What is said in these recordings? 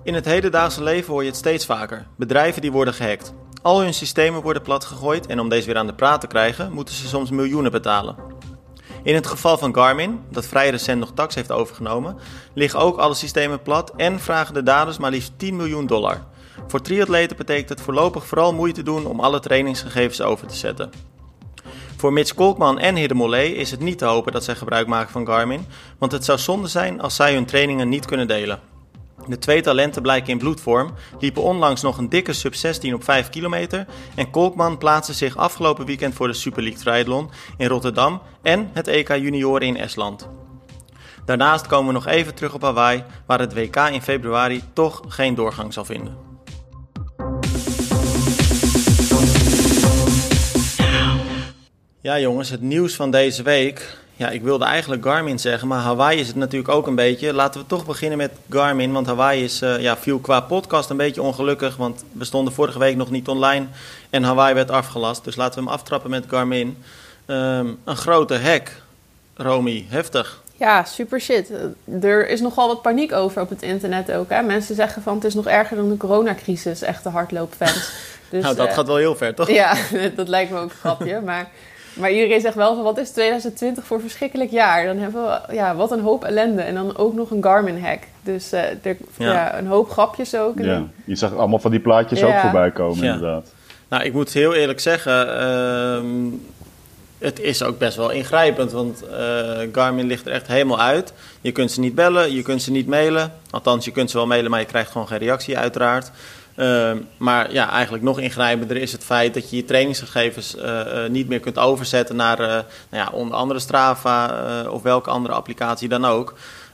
In het hedendaagse leven hoor je het steeds vaker. Bedrijven die worden gehackt. Al hun systemen worden platgegooid en om deze weer aan de praat te krijgen, moeten ze soms miljoenen betalen. In het geval van Garmin, dat vrij recent nog tax heeft overgenomen, liggen ook alle systemen plat en vragen de daders maar liefst $10 miljoen. Voor triatleten betekent het voorlopig vooral moeite doen om alle trainingsgegevens over te zetten. Voor Mitch Kolkman en Hidde Mollet is het niet te hopen dat zij gebruik maken van Garmin, want het zou zonde zijn als zij hun trainingen niet kunnen delen. De twee talenten blijken in bloedvorm, liepen onlangs nog een dikke sub 16 op 5 kilometer en Kolkman plaatste zich afgelopen weekend voor de Super League Triathlon in Rotterdam en het EK Junioren in Estland. Daarnaast komen we nog even terug op Hawaii, waar het WK in februari toch geen doorgang zal vinden. Ja jongens, het nieuws van deze week. Ja, ik wilde eigenlijk Garmin zeggen, maar Hawaii is het natuurlijk ook een beetje. Laten we toch beginnen met Garmin, want Hawaii is, viel qua podcast een beetje ongelukkig. Want we stonden vorige week nog niet online en Hawaii werd afgelast. Dus laten we hem aftrappen met Garmin. Een grote hack, Romy, heftig. Ja, super shit. Er is nogal wat paniek over op het internet ook. Hè? Mensen zeggen van het is nog erger dan de coronacrisis, echte hardloopfans. Dus, nou, dat gaat wel heel ver, toch? Ja, dat lijkt me ook een grapje, Maar iedereen zegt wel van wat is 2020 voor een verschrikkelijk jaar. Dan hebben we wat een hoop ellende. En dan ook nog een Garmin-hack. Dus een hoop grapjes ook. Ja, je zag allemaal van die plaatjes ook voorbij komen inderdaad. Nou, ik moet heel eerlijk zeggen, het is ook best wel ingrijpend. Want Garmin ligt er echt helemaal uit. Je kunt ze niet bellen, je kunt ze niet mailen. Althans, je kunt ze wel mailen, maar je krijgt gewoon geen reactie uiteraard. Maar ja, eigenlijk nog ingrijpender is het feit dat je je trainingsgegevens niet meer kunt overzetten naar onder andere Strava of welke andere applicatie dan ook.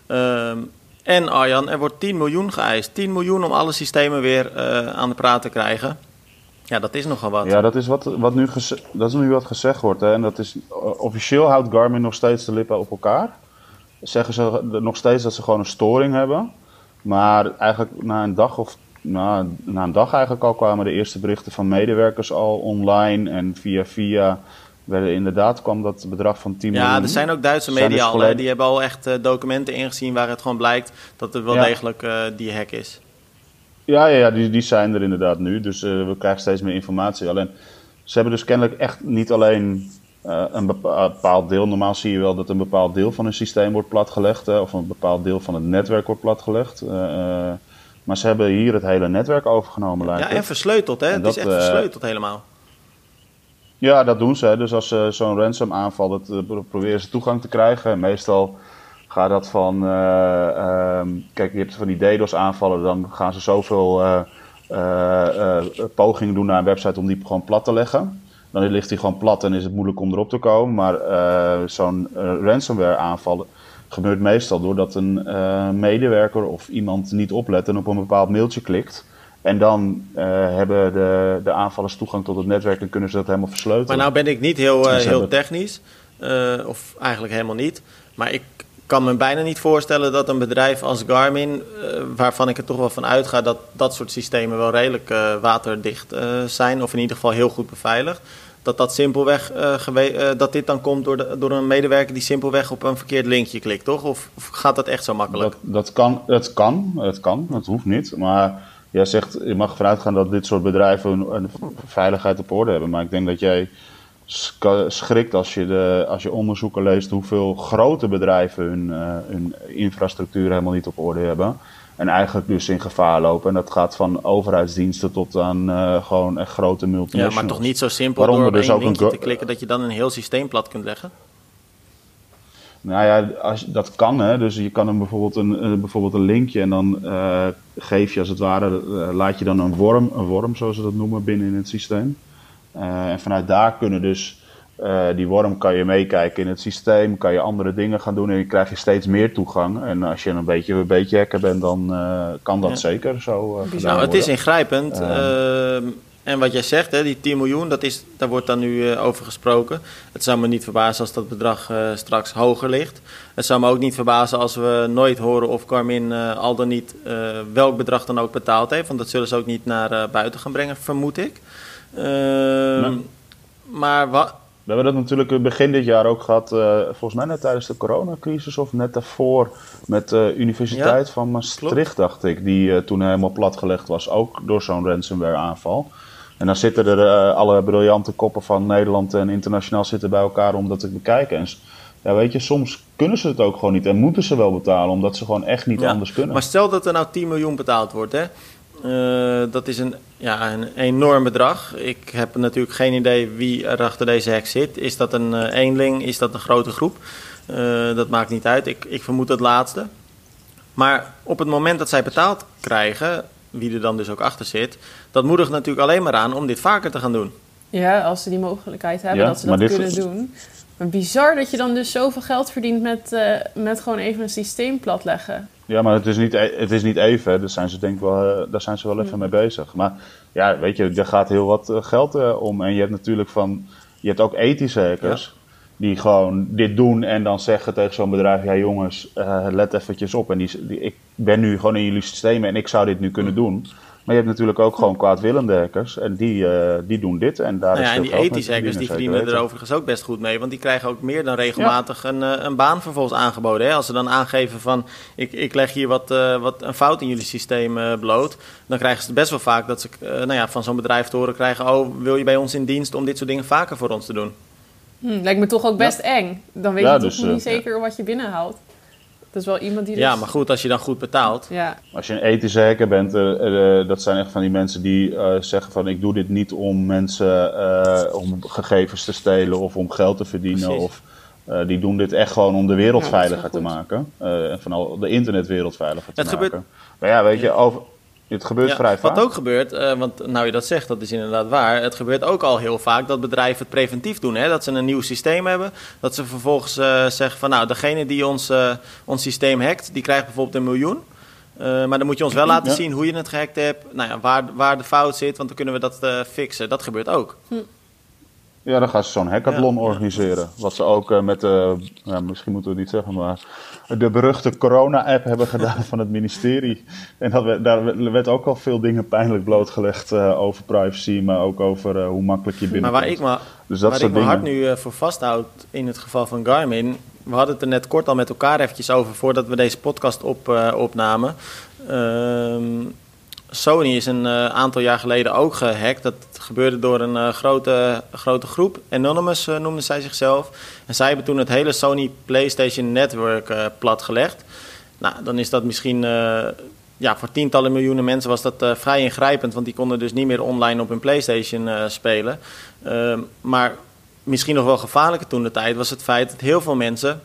En Arjan, er wordt 10 miljoen geëist. 10 miljoen om alle systemen weer aan de praat te krijgen. Ja, dat is nogal wat. Ja, dat is nu wat gezegd wordt. Hè? En dat is, officieel houdt Garmin nog steeds de lippen op elkaar. Zeggen ze nog steeds dat ze gewoon een storing hebben. Maar eigenlijk na een dag eigenlijk al kwamen de eerste berichten van medewerkers al online. En via kwam dat bedrag van 10 miljoen. Ja, er zijn ook Duitse media al. Die hebben al echt documenten ingezien waar het gewoon blijkt dat het wel degelijk die hack is. Ja, die zijn er inderdaad nu. Dus we krijgen steeds meer informatie. Alleen, ze hebben dus kennelijk echt niet alleen een bepaald deel. Normaal zie je wel dat een bepaald deel van een systeem wordt platgelegd. Of een bepaald deel van het netwerk wordt platgelegd. Maar ze hebben hier het hele netwerk overgenomen. Ja, en versleuteld, hè? Het is echt versleuteld helemaal. Ja, dat doen ze. Dus als zo'n ransom aanvalt, proberen ze toegang te krijgen. En meestal gaat dat van... kijk, je hebt van die DDoS aanvallen, dan gaan ze zoveel pogingen doen naar een website om die gewoon plat te leggen. Dan ligt die gewoon plat en is het moeilijk om erop te komen. Maar zo'n ransomware aanvallen gebeurt meestal doordat een medewerker of iemand niet oplet en op een bepaald mailtje klikt. En dan hebben de aanvallers toegang tot het netwerk en kunnen ze dat helemaal versleutelen. Maar nou ben ik niet heel technisch, of eigenlijk helemaal niet. Maar ik kan me bijna niet voorstellen dat een bedrijf als Garmin, waarvan ik er toch wel van uitga dat dat soort systemen wel redelijk waterdicht zijn, of in ieder geval heel goed beveiligd, dat simpelweg dat dit dan komt door een medewerker die simpelweg op een verkeerd linkje klikt, toch? Of gaat dat echt zo makkelijk? Dat kan. Dat hoeft niet. Maar jij zegt, je mag ervan uitgaan dat dit soort bedrijven een veiligheid op orde hebben. Maar ik denk dat jij schrikt als je onderzoeken leest hoeveel grote bedrijven hun infrastructuur helemaal niet op orde hebben. En eigenlijk dus in gevaar lopen. En dat gaat van overheidsdiensten tot aan gewoon echt grote multinationals. Ja, maar toch niet zo simpel door op één linkje te klikken dat je dan een heel systeem plat kunt leggen? Nou ja, dat kan. Hè. Dus je kan hem bijvoorbeeld een linkje en dan geef je als het ware, laat je dan een worm zoals ze dat noemen binnen in het systeem. En vanuit daar kunnen dus, die worm kan je meekijken in het systeem, kan je andere dingen gaan doen en je krijg je steeds meer toegang. En als je een beetje hacker bent, dan kan dat zeker zo gedaan worden. Het is ingrijpend. En wat jij zegt, hè, die 10 miljoen, daar wordt dan nu over gesproken. Het zou me niet verbazen als dat bedrag straks hoger ligt. Het zou me ook niet verbazen als we nooit horen of Garmin al dan niet welk bedrag dan ook betaald heeft. Want dat zullen ze ook niet naar buiten gaan brengen, vermoed ik. Nee. Maar We hebben dat natuurlijk begin dit jaar ook gehad, volgens mij net tijdens de coronacrisis of net daarvoor, met de Universiteit van Maastricht, klopt. Dacht ik, die toen helemaal platgelegd was, ook door zo'n ransomware aanval. En dan zitten er alle briljante koppen van Nederland en internationaal zitten bij elkaar om dat te bekijken. En ja, weet je, soms kunnen ze het ook gewoon niet en moeten ze wel betalen, omdat ze gewoon echt niet anders kunnen. Maar stel dat er nou 10 miljoen betaald wordt, hè? Dat is een enorm bedrag. Ik heb natuurlijk geen idee wie er achter deze hack zit. Is dat een eenling? Is dat een grote groep? Dat maakt niet uit. Ik vermoed het laatste. Maar op het moment dat zij betaald krijgen, wie er dan dus ook achter zit, dat moedigt natuurlijk alleen maar aan om dit vaker te gaan doen. Ja, als ze die mogelijkheid hebben dat ze dat kunnen doen. Maar bizar dat je dan dus zoveel geld verdient met gewoon even een systeem platleggen. Ja, maar het is niet even. Hè. Daar zijn ze wel even mee bezig. Maar ja, weet je, er gaat heel wat geld om. En je hebt natuurlijk je hebt ook ethische hackers die gewoon dit doen en dan zeggen tegen zo'n bedrijf, ja jongens, let eventjes op. En ik ben nu gewoon in jullie systemen en ik zou dit nu kunnen doen. Maar je hebt natuurlijk ook gewoon kwaadwillende hackers en die doen dit. En daar is en die ethische hackers die verdienen er overigens ook best goed mee. Want die krijgen ook meer dan regelmatig een baan vervolgens aangeboden. Hè? Als ze dan aangeven van ik leg hier wat een fout in jullie systeem bloot. Dan krijgen ze best wel vaak dat ze van zo'n bedrijf te horen krijgen, oh, wil je bij ons in dienst om dit soort dingen vaker voor ons te doen? Lijkt me toch ook best eng. Dan weet je dus, toch niet zeker wat je binnenhaalt. Dat is wel iemand die Ja, maar goed, als je dan goed betaalt. Ja. Als je een ethische hacker bent, dat zijn echt van die mensen die zeggen van ik doe dit niet om mensen om gegevens te stelen of om geld te verdienen. Precies. Of die doen dit echt gewoon om de wereld veiliger te maken. En vooral de internetwereld veiliger te maken. Maar ja, weet je, het gebeurt vrij vaak. Wat ook gebeurt, want nou je dat zegt, dat is inderdaad waar. Het gebeurt ook al heel vaak dat bedrijven het preventief doen. Hè? Dat ze een nieuw systeem hebben. Dat ze vervolgens zeggen van nou, degene die ons systeem hackt, die krijgt bijvoorbeeld 1 miljoen. Maar dan moet je ons wel laten zien hoe je het gehackt hebt. Nou ja, waar de fout zit, want dan kunnen we dat fixen. Dat gebeurt ook. Ja, dan gaan ze zo'n hackathon organiseren. Wat ze ook met misschien moeten we het niet zeggen, maar de beruchte corona-app hebben gedaan van het ministerie. En daar werd ook al veel dingen pijnlijk blootgelegd over privacy, maar ook over hoe makkelijk je binnenkomt. Maar waar ik mijn hart nu voor vasthoud in het geval van Garmin, we hadden het er net kort al met elkaar eventjes over voordat we deze podcast opnamen. Sony is een aantal jaar geleden ook gehackt. Dat gebeurde door een grote groep. Anonymous noemden zij zichzelf. En zij hebben toen het hele Sony PlayStation Network platgelegd. Nou, dan is dat misschien voor tientallen miljoenen mensen was dat vrij ingrijpend. Want die konden dus niet meer online op hun PlayStation spelen. Maar misschien nog wel gevaarlijker toen de tijd was het feit dat heel veel mensen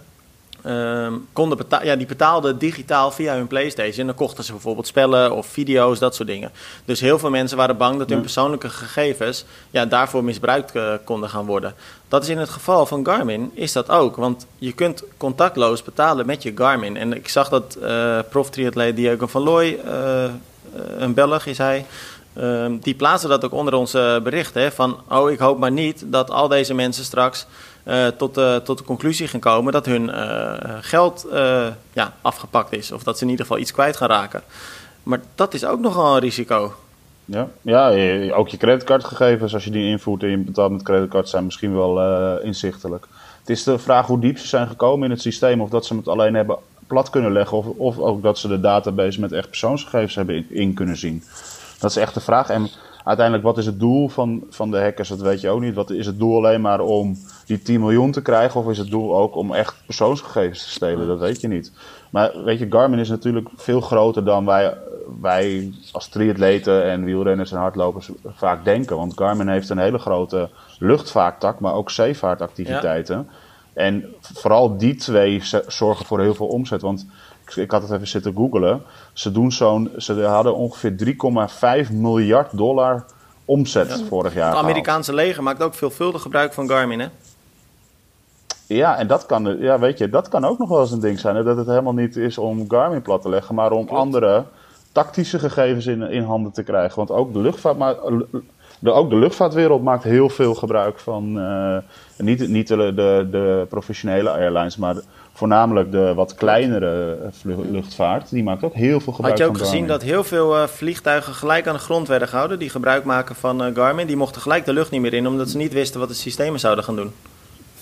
die betaalden digitaal via hun PlayStation. Dan kochten ze bijvoorbeeld spellen of video's, dat soort dingen. Dus heel veel mensen waren bang dat hun persoonlijke gegevens daarvoor misbruikt konden gaan worden. Dat is in het geval van Garmin, is dat ook. Want je kunt contactloos betalen met je Garmin. En ik zag dat prof-triatleet Diego van Looy, een Belg is hij, die plaatste dat ook onder onze berichten. Hè, van, ik hoop maar niet dat al deze mensen straks tot de conclusie gaan komen dat hun geld afgepakt is. Of dat ze in ieder geval iets kwijt gaan raken. Maar dat is ook nogal een risico. Ja, ook je creditcardgegevens, als je die invoert en je betaalt met creditcard, zijn misschien wel inzichtelijk. Het is de vraag hoe diep ze zijn gekomen in het systeem. Of dat ze het alleen hebben plat kunnen leggen. Of ook dat ze de database met echt persoonsgegevens hebben in kunnen zien. Dat is echt de vraag. En uiteindelijk, wat is het doel van de hackers? Dat weet je ook niet. Wat is het doel alleen maar om die 10 miljoen te krijgen? Of is het doel ook om echt persoonsgegevens te stelen? Dat weet je niet. Maar weet je, Garmin is natuurlijk veel groter dan wij als triatleten en wielrenners en hardlopers vaak denken. Want Garmin heeft een hele grote luchtvaarttak, maar ook zeevaartactiviteiten. Ja. En vooral die twee zorgen voor heel veel omzet. Want ik had het even zitten googlen. Ze hadden ongeveer $3,5 miljard omzet vorig jaar. Het Amerikaanse leger maakt ook veelvuldig gebruik van Garmin, hè? Ja, en dat kan ook nog wel eens een ding zijn. Hè? Dat het helemaal niet is om Garmin plat te leggen, maar om andere tactische gegevens in handen te krijgen. Want ook de luchtvaartwereld maakt heel veel gebruik van, niet de professionele airlines, maar voornamelijk de wat kleinere luchtvaart. Die maakt ook heel veel gebruik van Garmin. Had je ook gezien dat heel veel vliegtuigen gelijk aan de grond werden gehouden, die gebruik maken van Garmin? Die mochten gelijk de lucht niet meer in, omdat ze niet wisten wat de systemen zouden gaan doen.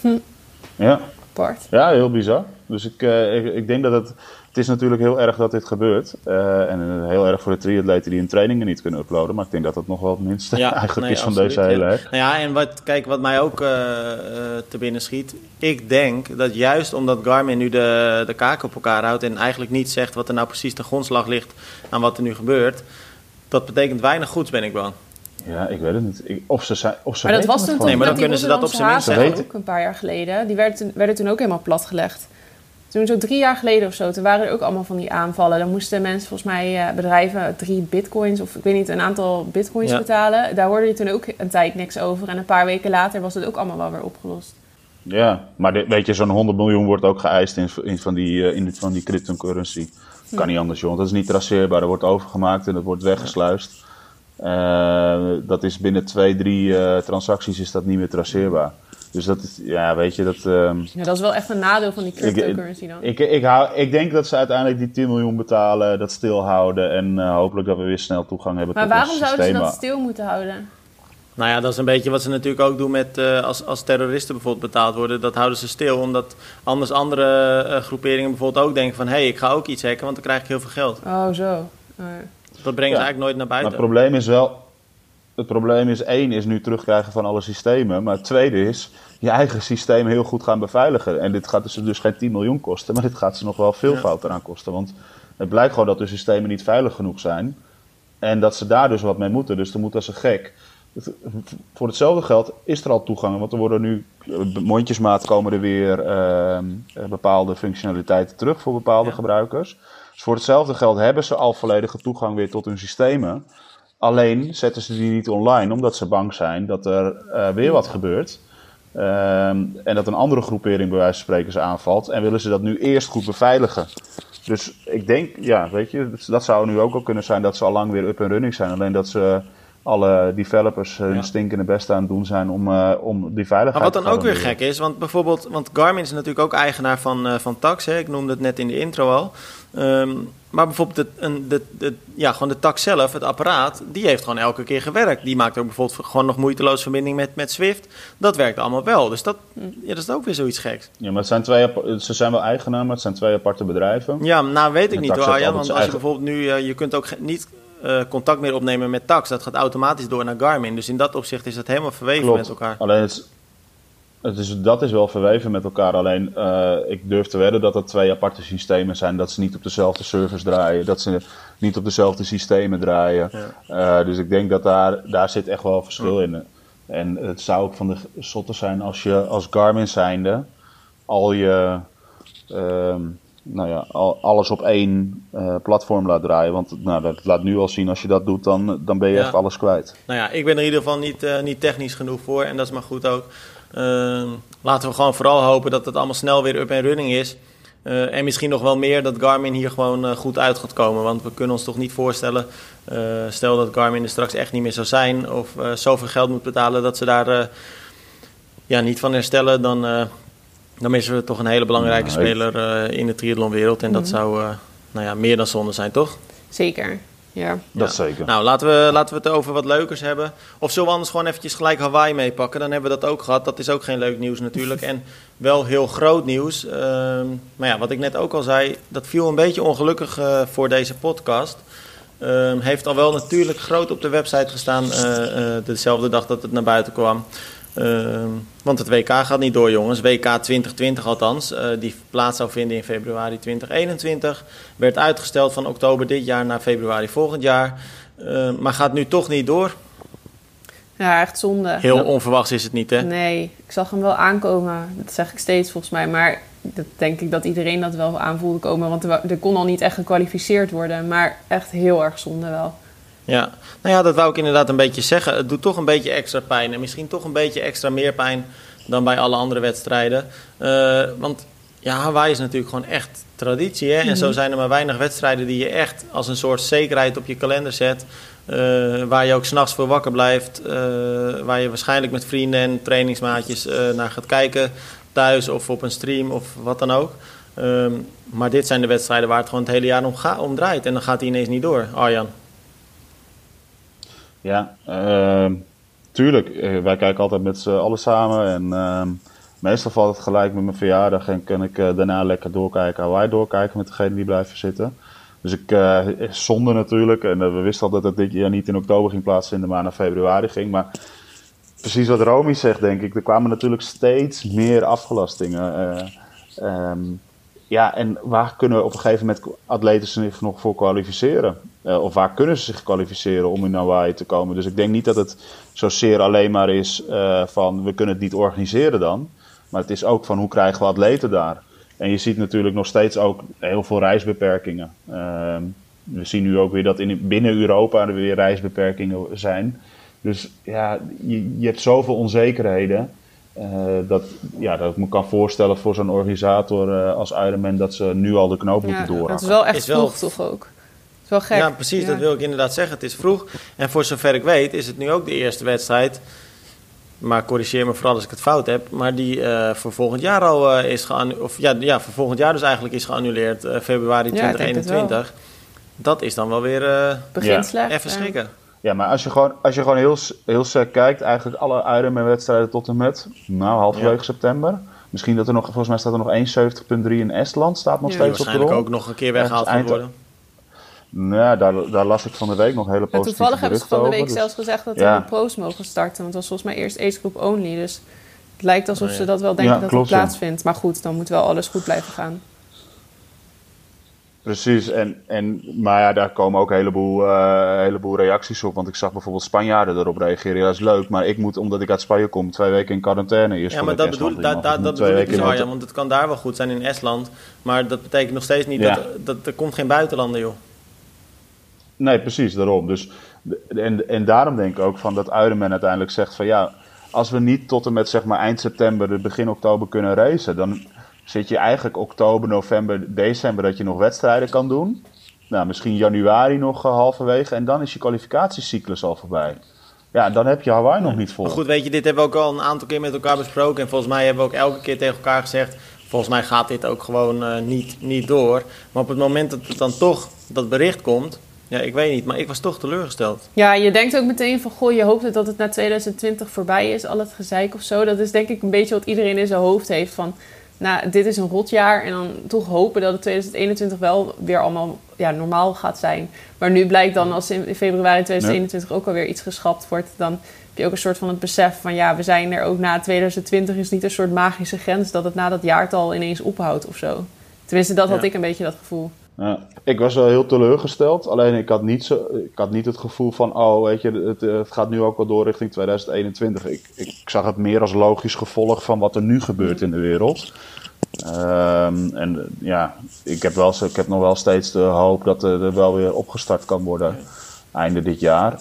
Ja. Apart. Ja, heel bizar. Dus ik denk dat het is natuurlijk heel erg dat dit gebeurt. En heel erg voor de triatleten die hun trainingen niet kunnen uploaden. Maar ik denk dat dat nog wel het minste eigenlijk is van absoluut, deze hele hack. Nou ja, en wat mij ook te binnen schiet. Ik denk dat juist omdat Garmin nu de kaken op elkaar houdt en eigenlijk niet zegt wat er nou precies ten grondslag ligt aan wat er nu gebeurt. Dat betekent weinig goeds, ben ik bang. Ja, ik weet het niet. Of ze maar dat was toen nee, maar dan kunnen ze dat op zijn minst zeggen. Ook een paar jaar geleden. Die werden toen ook helemaal platgelegd. Toen zo 3 jaar geleden of zo, toen waren er ook allemaal van die aanvallen. Dan moesten mensen, volgens mij, bedrijven 3 bitcoins of ik weet niet, een aantal bitcoins betalen. Daar hoorde je toen ook een tijd niks over. En een paar weken later was het ook allemaal wel weer opgelost. Ja, maar weet je, zo'n 100 miljoen wordt ook geëist in van die cryptocurrency. Kan niet anders, joh. Want dat is niet traceerbaar. Dat wordt overgemaakt en dat wordt weggesluist. Dat is binnen 2-3 transacties is dat niet meer traceerbaar. Dus dat is, ja, weet je, dat... Ja, dat is wel echt een nadeel van die cryptocurrency dan. Ik denk dat ze uiteindelijk die 10 miljoen betalen, dat stilhouden en hopelijk dat we weer snel toegang hebben tot ons systeem. Maar waarom zouden ze dat stil moeten houden? Nou ja, dat is een beetje wat ze natuurlijk ook doen met als terroristen bijvoorbeeld betaald worden. Dat houden ze stil, omdat anders andere groeperingen bijvoorbeeld ook denken van... hé, ik ga ook iets hacken, want dan krijg ik heel veel geld. Oh, zo. Dat brengen ze eigenlijk nooit naar buiten. Maar het probleem is wel... Het probleem is, 1 is nu terugkrijgen van alle systemen. Maar het tweede is, je eigen systeem heel goed gaan beveiligen. En dit gaat dus geen 10 miljoen kosten, maar dit gaat ze nog wel veel fout eraan kosten. Want het blijkt gewoon dat de systemen niet veilig genoeg zijn. En dat ze daar dus wat mee moeten. Dus dan moet als een gek. Voor hetzelfde geld is er al toegang. Want er worden nu, mondjesmaat komen er weer bepaalde functionaliteiten terug voor bepaalde gebruikers. Dus voor hetzelfde geld hebben ze al volledige toegang weer tot hun systemen. Alleen zetten ze die niet online, omdat ze bang zijn dat er weer wat gebeurt. En dat een andere groepering bij wijze van spreken ze aanvalt. En willen ze dat nu eerst goed beveiligen. Dus ik denk, ja, weet je, dat zou nu ook al kunnen zijn dat ze al lang weer up en running zijn. Alleen dat ze alle developers hun stinkende best aan het doen zijn om die veiligheid maar wat dan te ook weer gek is, want bijvoorbeeld, Garmin is natuurlijk ook eigenaar van Tax, hè? Ik noemde het net in de intro al. Maar bijvoorbeeld gewoon de Tax zelf, het apparaat, die heeft gewoon elke keer gewerkt. Die maakt ook bijvoorbeeld gewoon nog moeiteloos verbinding met Swift. Dat werkt allemaal wel, dus dat is ook weer zoiets geks. Ja, maar ze zijn wel eigenaar, maar het zijn 2 aparte bedrijven. Ja, nou weet ik niet hoor, Arjan, want als je eigen... bijvoorbeeld nu, je kunt ook niet... contact meer opnemen met Tax. Dat gaat automatisch door naar Garmin. Dus in dat opzicht is dat helemaal verweven met elkaar. Alleen dat is wel verweven met elkaar. Alleen ik durf te wedden dat het 2 aparte systemen zijn. Dat ze niet op dezelfde servers draaien. Dat ze niet op dezelfde systemen draaien. Ja. Dus ik denk dat daar zit echt wel verschil in. En het zou ook van de zotte zijn als je als Garmin zijnde al je... alles op 1 platform laat draaien. Want dat laat nu al zien, als je dat doet, dan ben je echt alles kwijt. Nou ja, ik ben er in ieder geval niet technisch genoeg voor. En dat is maar goed ook. Laten we gewoon vooral hopen dat het allemaal snel weer up en running is. En misschien nog wel meer dat Garmin hier gewoon goed uit gaat komen. Want we kunnen ons toch niet voorstellen... stel dat Garmin er straks echt niet meer zou zijn... of zoveel geld moet betalen dat ze daar niet van herstellen... Dan missen we toch een hele belangrijke speler in de triathlonwereld. En dat zou meer dan zonde zijn, toch? Zeker, ja. Dat zeker. Nou, laten we het over wat leukers hebben. Of zullen we anders gewoon eventjes gelijk Hawaii meepakken? Dan hebben we dat ook gehad. Dat is ook geen leuk nieuws natuurlijk. En wel heel groot nieuws. Maar ja, wat ik net ook al zei, dat viel een beetje ongelukkig voor deze podcast. Heeft al wel natuurlijk groot op de website gestaan. Dezelfde dag dat het naar buiten kwam. Want het WK gaat niet door, jongens. WK 2020 althans. Die plaats zou vinden in februari 2021. Werd uitgesteld van oktober dit jaar naar februari volgend jaar. Maar gaat nu toch niet door. Ja, echt zonde. Heel onverwachts is het niet, hè? Nee, ik zag hem wel aankomen. Dat zeg ik steeds volgens mij. Maar dat denk ik dat iedereen dat wel aanvoelde komen. Want er kon al niet echt gekwalificeerd worden. Maar echt heel erg zonde wel. Ja, nou ja, dat wou ik inderdaad een beetje zeggen. Het doet toch een beetje extra pijn. En misschien toch een beetje extra meer pijn dan bij alle andere wedstrijden. Want ja, Hawaii is natuurlijk gewoon echt traditie. Hè? En zo zijn er maar weinig wedstrijden die je echt als een soort zekerheid op je kalender zet. Waar je ook 's nachts voor wakker blijft. Waar je waarschijnlijk met vrienden en trainingsmaatjes naar gaat kijken. Thuis of op een stream of wat dan ook. Maar dit zijn de wedstrijden waar het gewoon het hele jaar om draait. En dan gaat hij ineens niet door. Arjan. Ja, tuurlijk. Wij kijken altijd met z'n allen samen. En Meestal valt het gelijk met mijn verjaardag en kan ik daarna lekker doorkijken, Hawaii doorkijken met degenen die blijven zitten. Dus ik zonde natuurlijk, en we wisten al dat het dit jaar niet in oktober ging plaatsvinden, maar naar februari ging. Maar precies wat Romy zegt, denk ik, er kwamen natuurlijk steeds meer afgelastingen. En waar kunnen op een gegeven moment atleten zich nog voor kwalificeren? Of waar kunnen ze zich kwalificeren om in Hawaii te komen? Dus ik denk niet dat het zozeer alleen maar is van we kunnen het niet organiseren dan. Maar het is ook van hoe krijgen we atleten daar? En je ziet natuurlijk nog steeds ook heel veel reisbeperkingen. We zien nu ook weer dat binnen Europa er weer reisbeperkingen zijn. Dus ja, je hebt zoveel onzekerheden. Dat ik me kan voorstellen voor zo'n organisator als Ironman dat ze nu al de knoop moeten doorhakken. Dat is wel echt vroeg toch ook? Het is wel gek. Ja, precies. Ja. Dat wil ik inderdaad zeggen. Het is vroeg. En voor zover ik weet is het nu ook de eerste wedstrijd. Maar corrigeer me vooral als ik het fout heb. Maar die voor volgend jaar al is geannuleerd. Voor volgend jaar dus eigenlijk is geannuleerd. Februari 2021. Dat is dan wel weer begin slecht. Even schrikken. Ja, maar als je gewoon heel sec kijkt, eigenlijk alle Ironman-wedstrijden tot en met halverwege september. Misschien dat er nog, volgens mij staat er nog 1,70,3 in Estland, staat nog steeds op de rol. Waarschijnlijk ook nog een keer weggehaald gaan worden. Nou, daar las ik van de week nog hele positieve toevallig hebben ze van de week dus zelfs gezegd dat er pro's mogen starten. Want het was volgens mij eerst age group only. Dus het lijkt alsof ze dat wel denken dat het plaatsvindt. Maar goed, dan moet wel alles goed blijven gaan. Precies, maar ja, daar komen ook een heleboel reacties op. Want ik zag bijvoorbeeld Spanjaarden erop reageren. Ja, dat is leuk, maar ik moet, omdat ik uit Spanje kom, 2 weken in quarantaine. Ja, maar dat bedoel ik dus, Arjan. Want het kan daar wel goed zijn in Estland. Maar dat betekent nog steeds niet dat er komt geen buitenlander, joh. Nee, precies, daarom. Dus, en daarom denk ik ook van dat Ironman uiteindelijk zegt van ja, als we niet tot en met zeg maar eind september, begin oktober kunnen racen, dan zit je eigenlijk oktober, november, december dat je nog wedstrijden kan doen. Nou, misschien januari nog halverwege en dan is je kwalificatiecyclus al voorbij. Ja, dan heb je Hawaii nog niet vol. Maar goed, weet je, dit hebben we ook al een aantal keer met elkaar besproken. En volgens mij hebben we ook elke keer tegen elkaar gezegd, volgens mij gaat dit ook gewoon niet door. Maar op het moment dat het dan toch dat bericht komt, ja, ik weet niet, maar ik was toch teleurgesteld. Ja, je denkt ook meteen van, goh, je hoopt dat het na 2020 voorbij is, al het gezeik of zo. Dat is denk ik een beetje wat iedereen in zijn hoofd heeft van, nou, dit is een rotjaar en dan toch hopen dat het 2021 wel weer allemaal normaal gaat zijn. Maar nu blijkt dan, als in februari 2021 ook alweer iets geschrapt wordt, dan heb je ook een soort van het besef van, ja, we zijn er ook na 2020, is niet een soort magische grens dat het na dat jaartal ineens ophoudt of zo. Tenminste, dat had ik een beetje dat gevoel. Ja, ik was wel heel teleurgesteld. Alleen ik had niet het gevoel van, oh, weet je, het gaat nu ook wel door richting 2021. Ik zag het meer als logisch gevolg van wat er nu gebeurt in de wereld. Ik heb nog wel steeds de hoop dat er wel weer opgestart kan worden einde dit jaar.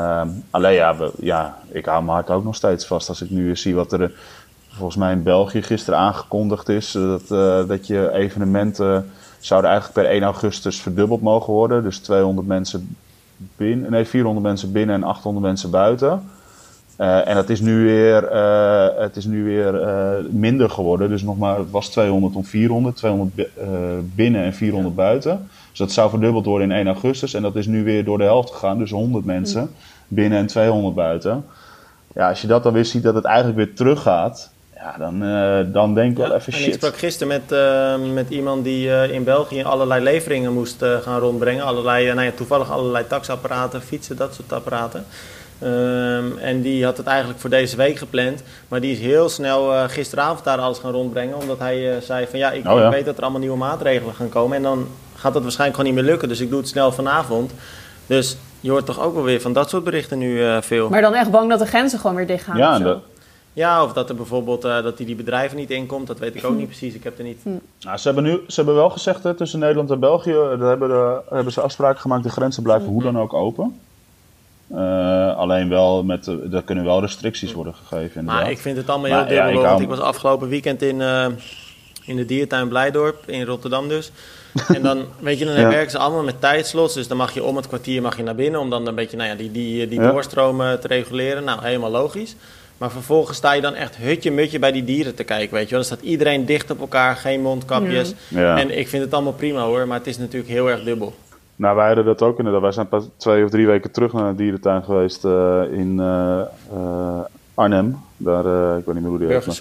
Ik hou mijn hart ook nog steeds vast als ik nu weer zie wat er volgens mij in België gisteren aangekondigd is. Dat je evenementen zouden eigenlijk per 1 augustus verdubbeld mogen worden. Dus 400 mensen binnen en 800 mensen buiten. En dat is nu weer, minder geworden. Dus het was 200 om 400. 200 binnen en 400 buiten. Dus dat zou verdubbeld worden in 1 augustus. En dat is nu weer door de helft gegaan. Dus 100 mensen binnen en 200 buiten. Ja, als je dat dan weer ziet dat het eigenlijk weer teruggaat, ja, dan denk ik wel even shit. En ik sprak gisteren met iemand die in België allerlei leveringen moest gaan rondbrengen. Toevallig allerlei taxapparaten, fietsen, dat soort apparaten. En die had het eigenlijk voor deze week gepland. Maar die is heel snel gisteravond daar alles gaan rondbrengen. Omdat hij zei van ik weet dat er allemaal nieuwe maatregelen gaan komen. En dan gaat dat waarschijnlijk gewoon niet meer lukken. Dus ik doe het snel vanavond. Dus je hoort toch ook wel weer van dat soort berichten nu veel. Maar dan echt bang dat de grenzen gewoon weer dicht gaan? Ja, ja, of dat er bijvoorbeeld die bedrijven niet inkomt, dat weet ik ook niet precies. Ik heb er niet. Nou, ze hebben wel gezegd tussen Nederland en België, hebben ze afspraken gemaakt, de grenzen blijven hoe dan ook open. Alleen wel er kunnen wel restricties worden gegeven. Inderdaad. Maar ik vind het allemaal heel dubbel. Want ik was afgelopen weekend in de dierentuin Blijdorp, in Rotterdam dus. En dan, weet je, dan werken ze allemaal met tijdslots. Dus dan mag je om het kwartier naar binnen om dan een beetje die doorstromen te reguleren. Nou, helemaal logisch. Maar vervolgens sta je dan echt hutje-mutje bij die dieren te kijken, weet je wel. Dan staat iedereen dicht op elkaar, geen mondkapjes. Ja. En ik vind het allemaal prima hoor, maar het is natuurlijk heel erg dubbel. Nou, wij hadden dat ook inderdaad. Wij zijn pas 2 of 3 weken terug naar de dierentuin geweest in Arnhem. Daar, ik weet niet meer hoe die heet.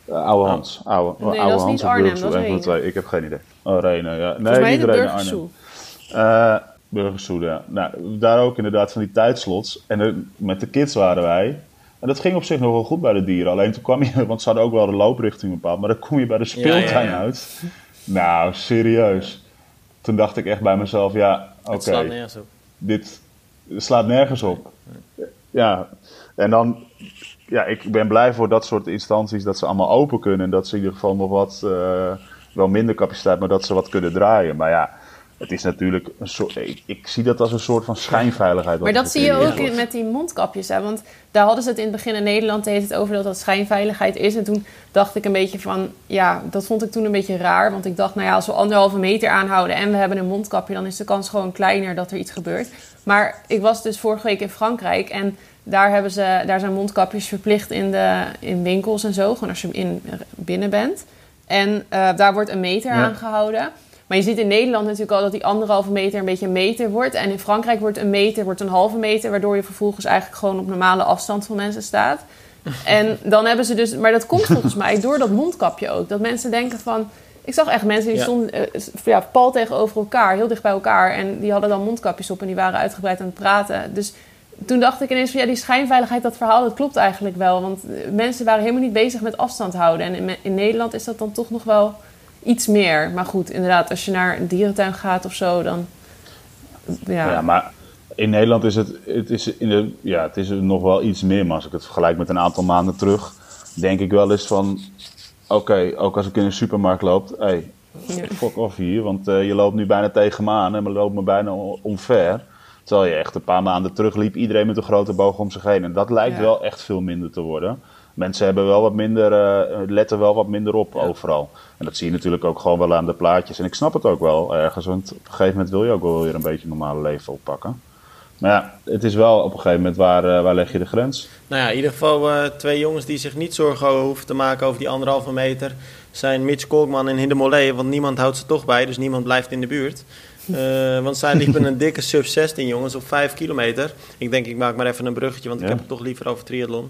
Oude Hans. Oude dat is Hans niet of Arnhem, Burgersoe, dat is een van de twee. Ik heb geen idee. Oh, Renen, ja. Volgens mij niet de Renen, Burgersoe. Arnhem. Burgersoe, ja. Nou, daar ook inderdaad van die tijdslots. En met de kids waren wij. En dat ging op zich nog wel goed bij de dieren. Alleen toen kwam je, want ze hadden ook wel de looprichting bepaald. Maar dan kom je bij de speeltuin uit. Nou, serieus. Toen dacht ik echt bij mezelf, ja, oké. Het slaat nergens op. Dit slaat nergens op. Ja, en dan... Ja, ik ben blij voor dat soort instanties dat ze allemaal open kunnen. En dat ze in ieder geval nog wat, wel minder capaciteit, maar dat ze wat kunnen draaien. Maar ja, het is natuurlijk een soort... Ik zie dat als een soort van schijnveiligheid. Maar dat zie je ook met die mondkapjes, hè? Want daar hadden ze het in het begin in Nederland deed het over dat schijnveiligheid is. En toen dacht ik een beetje van, ja, dat vond ik toen een beetje raar. Want ik dacht, nou ja, als we 1,5 meter aanhouden en we hebben een mondkapje, dan is de kans gewoon kleiner dat er iets gebeurt. Maar ik was dus vorige week in Frankrijk en daar zijn mondkapjes verplicht in winkels en zo. Gewoon als je binnen bent. En daar wordt 1 meter aangehouden. Maar je ziet in Nederland natuurlijk al dat die 1,5 meter een beetje 1 meter wordt. En in Frankrijk wordt 1 meter, wordt 1,5 meter. Waardoor je vervolgens eigenlijk gewoon op normale afstand van mensen staat. En dan hebben ze dus... Maar dat komt volgens mij door dat mondkapje ook. Dat mensen denken van... Ik zag echt mensen die stonden pal tegenover elkaar. Heel dicht bij elkaar. En die hadden dan mondkapjes op en die waren uitgebreid aan het praten. Dus... Toen dacht ik ineens van ja, die schijnveiligheid, dat verhaal, dat klopt eigenlijk wel. Want mensen waren helemaal niet bezig met afstand houden. En in Nederland is dat dan toch nog wel iets meer. Maar goed, inderdaad, als je naar een dierentuin gaat of zo, dan... Ja, maar in Nederland is het is nog wel iets meer. Maar als ik het vergelijk met een aantal maanden terug, denk ik wel eens van... Oké, ook als ik in een supermarkt loop, fuck off hier. Want je loopt nu bijna tegen me aan en we lopen me bijna omver. Terwijl je echt een paar maanden terug liep iedereen met een grote boog om zich heen. En dat lijkt wel echt veel minder te worden. Mensen hebben wel wat minder, letten wel wat minder op overal. En dat zie je natuurlijk ook gewoon wel aan de plaatjes. En ik snap het ook wel ergens, want op een gegeven moment wil je ook wel weer een beetje een normale leven oppakken. Maar ja, het is wel op een gegeven moment waar leg je de grens? Nou ja, in ieder geval 2 jongens die zich niet zorgen hoeven te maken over die 1,5 meter... zijn Mitch Kolkman en Hidde Mollé, want niemand houdt ze toch bij, dus niemand blijft in de buurt... want zij liepen een dikke sub 16 jongens op 5 kilometer. Ik denk, ik maak maar even een bruggetje, want ik heb het toch liever over triathlon.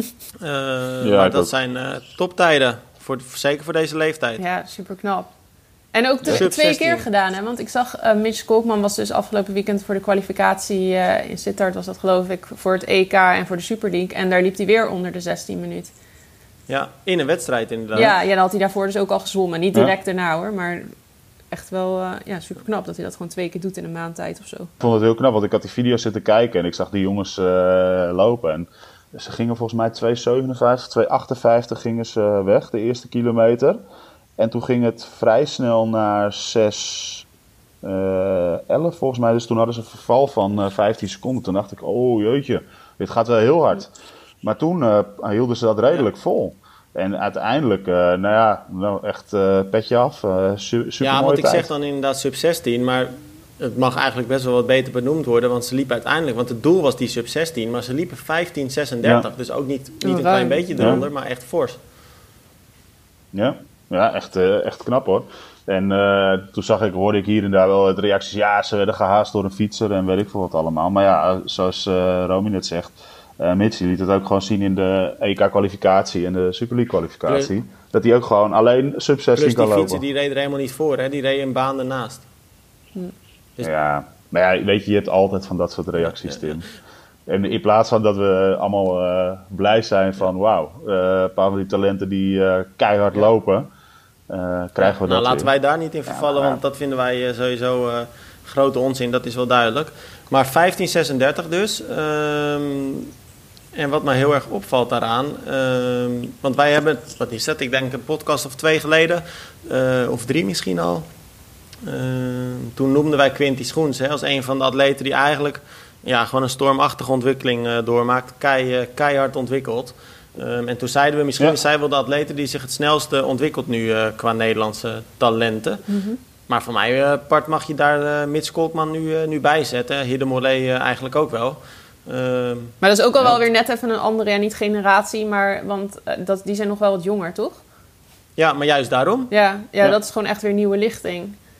Maar dat zijn toptijden, zeker voor deze leeftijd. Ja, super knap. En ook 2 keer gedaan, hè? Want ik zag Mitch Kolkman was dus afgelopen weekend voor de kwalificatie in Sittard, was dat geloof ik, voor het EK en voor de Super League. En daar liep hij weer onder de 16 minuten. Ja, in een wedstrijd inderdaad. Ja, dan had hij daarvoor dus ook al gezwommen. Niet direct daarna hoor, maar... Echt wel super knap dat hij dat gewoon 2 keer doet in een maand tijd of zo. Ik vond het heel knap, want ik had die video's zitten kijken en ik zag die jongens lopen. En ze gingen volgens mij 2,57, 2,58 gingen ze weg, de eerste kilometer. En toen ging het vrij snel naar 6,11 volgens mij. Dus toen hadden ze een verval van 15 seconden. Toen dacht ik, oh jeetje, dit gaat wel heel hard. Maar toen hielden ze dat redelijk vol. En uiteindelijk, echt petje af. Super ja, want ik zeg dan inderdaad sub 16, maar het mag eigenlijk best wel wat beter benoemd worden. Want ze liepen uiteindelijk, want het doel was die sub 16, maar ze liepen 15:36. Ja. Dus ook niet een klein beetje eronder, maar echt fors. Ja, echt knap hoor. En toen hoorde ik hier en daar wel de reacties. Ja, ze werden gehaast door een fietser en weet ik veel wat allemaal. Maar ja, zoals Romy net zegt... Mitch liet het ook gewoon zien in de EK-kwalificatie en de Super League-kwalificatie. Dat hij ook gewoon alleen sub 16 kan lopen. Die fietsen die reden er helemaal niet voor, hè? Die reden een baan ernaast. Dus... Ja, maar ja, weet je hebt altijd van dat soort reacties, Tim. En in plaats van dat we allemaal blij zijn van wauw, een paar van die talenten die keihard lopen, krijgen we dat laten wij daar niet in vervallen, want dat vinden wij sowieso grote onzin, dat is wel duidelijk. Maar 15:36 dus. En wat mij heel erg opvalt daaraan... want wij hebben, wat is dat? Ik denk een podcast of 2 geleden... of 3 misschien al. Toen noemden wij Quinty Schoens als een van de atleten... die eigenlijk gewoon een stormachtige ontwikkeling doormaakt. Keihard ontwikkeld. En toen zeiden we misschien... zij wel de atleten die zich het snelste ontwikkelt nu... qua Nederlandse talenten... Mm-hmm. Maar voor mij part mag je daar Mitch Kolkman nu bij zetten. Hidde Mollé eigenlijk ook wel. Maar dat is ook al wel weer net even een andere, niet generatie, maar want die zijn nog wel wat jonger, toch? Ja, maar juist daarom. Ja, dat is gewoon echt weer nieuwe lichting.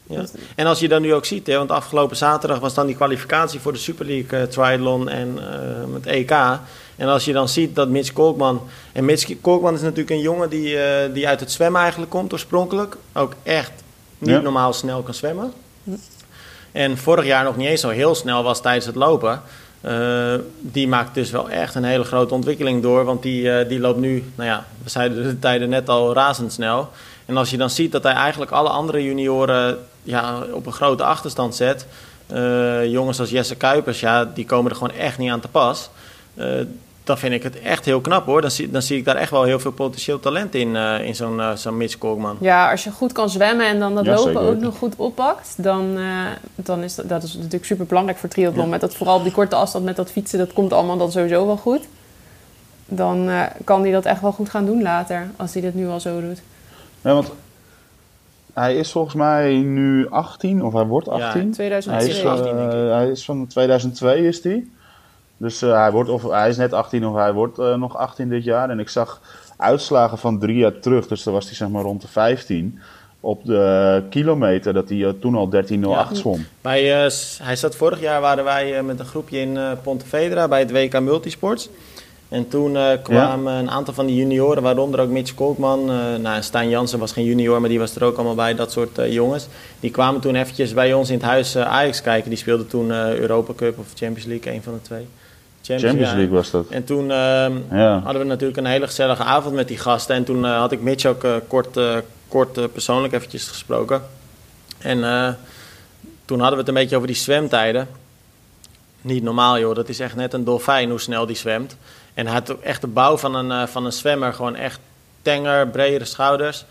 Ja. En als je dan nu ook ziet, hè, want afgelopen zaterdag was dan die kwalificatie voor de Super League Triathlon en het EK. En als je dan ziet dat Mitch Kolkman... En Mitch Kolkman is natuurlijk een jongen die uit het zwemmen eigenlijk komt oorspronkelijk. Ook echt niet normaal snel kan zwemmen. En vorig jaar nog niet eens zo heel snel was tijdens het lopen. Die maakt dus wel echt een hele grote ontwikkeling door. Want die loopt nu, we zeiden de tijden net al razendsnel. En als je dan ziet dat hij eigenlijk alle andere junioren op een grote achterstand zet. Jongens als Jesse Kuipers, die komen er gewoon echt niet aan te pas. Dan vind ik het echt heel knap hoor. Dan zie ik daar echt wel heel veel potentieel talent in zo'n Mitch Kolkman. Ja, als je goed kan zwemmen en dan dat lopen zeker ook nog goed oppakt, dan is dat is natuurlijk super belangrijk voor triathlon. Met dat, vooral op die korte afstand met dat fietsen, dat komt allemaal dan sowieso wel goed. Dan kan hij dat echt wel goed gaan doen later, als hij dat nu al zo doet. Ja, want hij is volgens mij nu 18, of hij wordt 18. Ja, 2002. Hij is van 2002 is hij. Dus hij is net 18 of hij wordt nog 18 dit jaar. En ik zag uitslagen van 3 jaar terug, dus dan was hij zeg maar rond de 15. Op de kilometer dat hij toen al 13.08 zwom. Hij zat vorig jaar, waren wij met een groepje in Pontevedra bij het WK Multisports. En toen kwamen een aantal van die junioren, waaronder ook Mitch Kolkman. Stijn Jansen was geen junior, maar die was er ook allemaal bij, dat soort jongens. Die kwamen toen eventjes bij ons in het huis Ajax kijken. Die speelde toen Europa Cup of Champions League, een van de twee. Champions League was dat. En toen hadden we natuurlijk een hele gezellige avond met die gasten. En toen had ik Mitch ook kort persoonlijk eventjes gesproken. En toen hadden we het een beetje over die zwemtijden. Niet normaal joh, dat is echt net een dolfijn hoe snel die zwemt. En hij had ook echt de bouw van een zwemmer. Gewoon echt tenger, bredere schouders.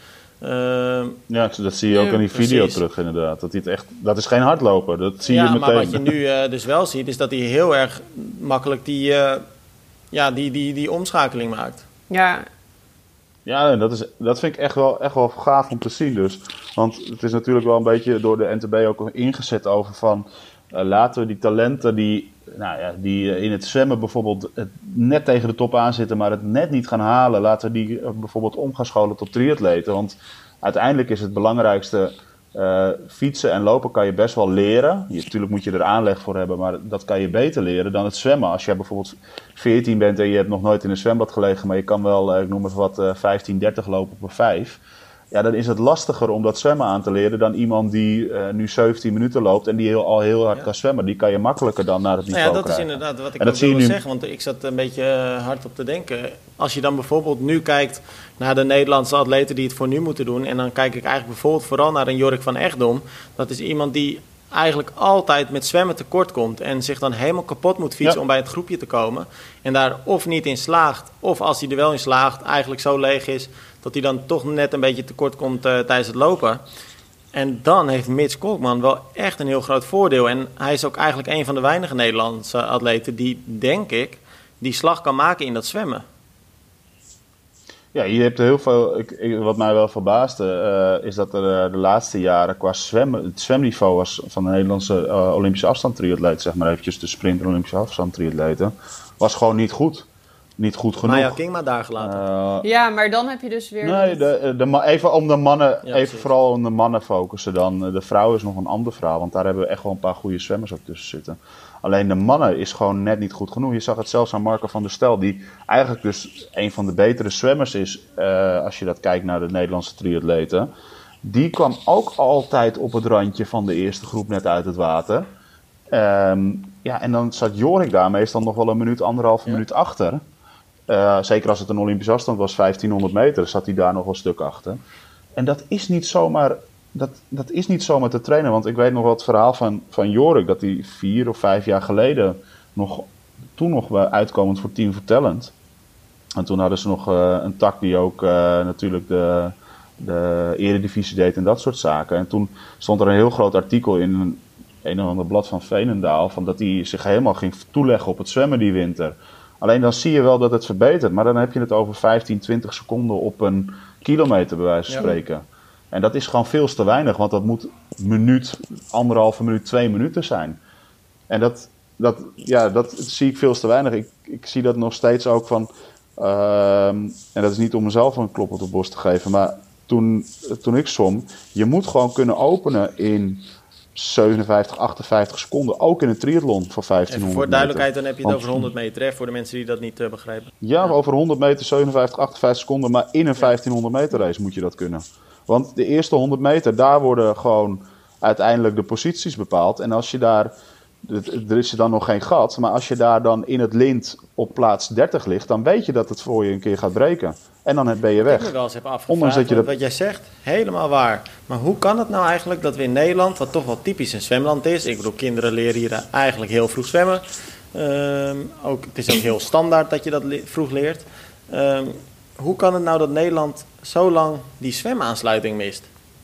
Dat zie je ook in die video terug inderdaad. Dat is geen hardloper, dat zie je meteen. Maar wat je nu dus wel ziet, is dat hij heel erg makkelijk die omschakeling maakt. Ja, dat vind ik echt wel gaaf om te zien dus. Want het is natuurlijk wel een beetje door de NTB ook ingezet over van... laten we die talenten die in het zwemmen bijvoorbeeld net tegen de top aanzitten, maar het net niet gaan halen, laten we die bijvoorbeeld om gaan scholen tot triatleten. Want uiteindelijk is het belangrijkste, fietsen en lopen kan je best wel leren. Natuurlijk moet je er aanleg voor hebben, maar dat kan je beter leren dan het zwemmen. Als jij bijvoorbeeld 14 bent en je hebt nog nooit in een zwembad gelegen, maar je kan wel, ik noem even wat, 15-30 lopen op een 5... Ja, dan is het lastiger om dat zwemmen aan te leren dan iemand die nu 17 minuten loopt en die al heel hard kan zwemmen. Die kan je makkelijker dan naar het niveau krijgen. Ja, dat is inderdaad wat ik ook wilde zeggen, want ik zat een beetje hard op te denken. Als je dan bijvoorbeeld nu kijkt naar de Nederlandse atleten die het voor nu moeten doen, en dan kijk ik eigenlijk bijvoorbeeld vooral naar een Jork van Egdom. Dat is iemand die eigenlijk altijd met zwemmen tekort komt en zich dan helemaal kapot moet fietsen om bij het groepje te komen. En daar of niet in slaagt, of als hij er wel in slaagt, eigenlijk zo leeg is dat hij dan toch net een beetje tekort komt tijdens het lopen. En dan heeft Mitch Kolkman wel echt een heel groot voordeel. En hij is ook eigenlijk een van de weinige Nederlandse atleten die, denk ik, die slag kan maken in dat zwemmen. Ja, je hebt heel veel. Wat mij wel verbaasde is dat er de laatste jaren qua zwemmen, het zwemniveau was van de Nederlandse Olympische afstandtriatleten, zeg maar eventjes de sprint en Olympische afstandtriatleten, was gewoon niet goed. Niet goed genoeg. Maar ja, Kingma daar gelaten. Maar dan heb je dus weer... Nee, even om de mannen, vooral om de mannen focussen dan. De vrouw is nog een ander verhaal, want daar hebben we echt wel een paar goede zwemmers ook tussen zitten. Alleen de mannen is gewoon net niet goed genoeg. Je zag het zelfs aan Marco van der Stel, die eigenlijk dus een van de betere zwemmers is, als je dat kijkt naar de Nederlandse triatleten. Die kwam ook altijd op het randje van de eerste groep net uit het water. En dan zat Jorik daar meestal nog wel een minuut, anderhalve minuut achter. Zeker als het een Olympische afstand was, 1500 meter, zat hij daar nog wel een stuk achter. En dat is niet zomaar, dat is niet zomaar te trainen. Want ik weet nog wel het verhaal van Jorik, dat hij 4 of 5 jaar geleden toen nog uitkomend voor Team for Talent. En toen hadden ze nog een tak die ook natuurlijk de eredivisie deed en dat soort zaken. En toen stond er een heel groot artikel in een of ander blad van Veenendaal, van dat hij zich helemaal ging toeleggen op het zwemmen die winter. Alleen dan zie je wel dat het verbetert. Maar dan heb je het over 15, 20 seconden op een kilometer bij wijze van spreken. En dat is gewoon veel te weinig. Want dat moet minuut, 1,5 minuut, 2 minuten zijn. En dat zie ik veel te weinig. Ik zie dat nog steeds ook van... en dat is niet om mezelf een klop op de borst te geven. Maar toen ik zwom, je moet gewoon kunnen openen in 57, 58 seconden. Ook in een triathlon voor 1500 meter. Voor duidelijkheid, dan heb je het over 100 meter, hè, voor de mensen die dat niet begrijpen. Ja, over 100 meter, 57, 58 seconden, maar in een 1500 meter race moet je dat kunnen. Want de eerste 100 meter, daar worden gewoon uiteindelijk de posities bepaald. En als je daar, er is er dan nog geen gat, maar als je daar dan in het lint op plaats 30 ligt, dan weet je dat het voor je een keer gaat breken. En dan ben je weg. Ik me wel eens heb afgevraagd, wat jij zegt, helemaal waar. Maar hoe kan het nou eigenlijk dat we in Nederland, wat toch wel typisch een zwemland is, ik bedoel, kinderen leren hier eigenlijk heel vroeg zwemmen. Het is ook heel standaard dat je dat vroeg leert. Hoe kan het nou dat Nederland zo lang die zwemaansluiting mist?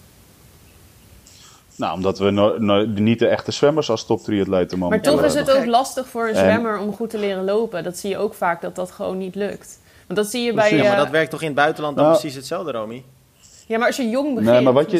Nou, omdat we niet de echte zwemmers als toptriatleten momenteel Maar toch is hebben. het ook lastig voor een zwemmer om goed te leren lopen. Dat zie je ook vaak, dat gewoon niet lukt. Want dat zie je bij... Ja, maar dat werkt toch in het buitenland dan precies hetzelfde, Romy? Ja, maar als je jong begint...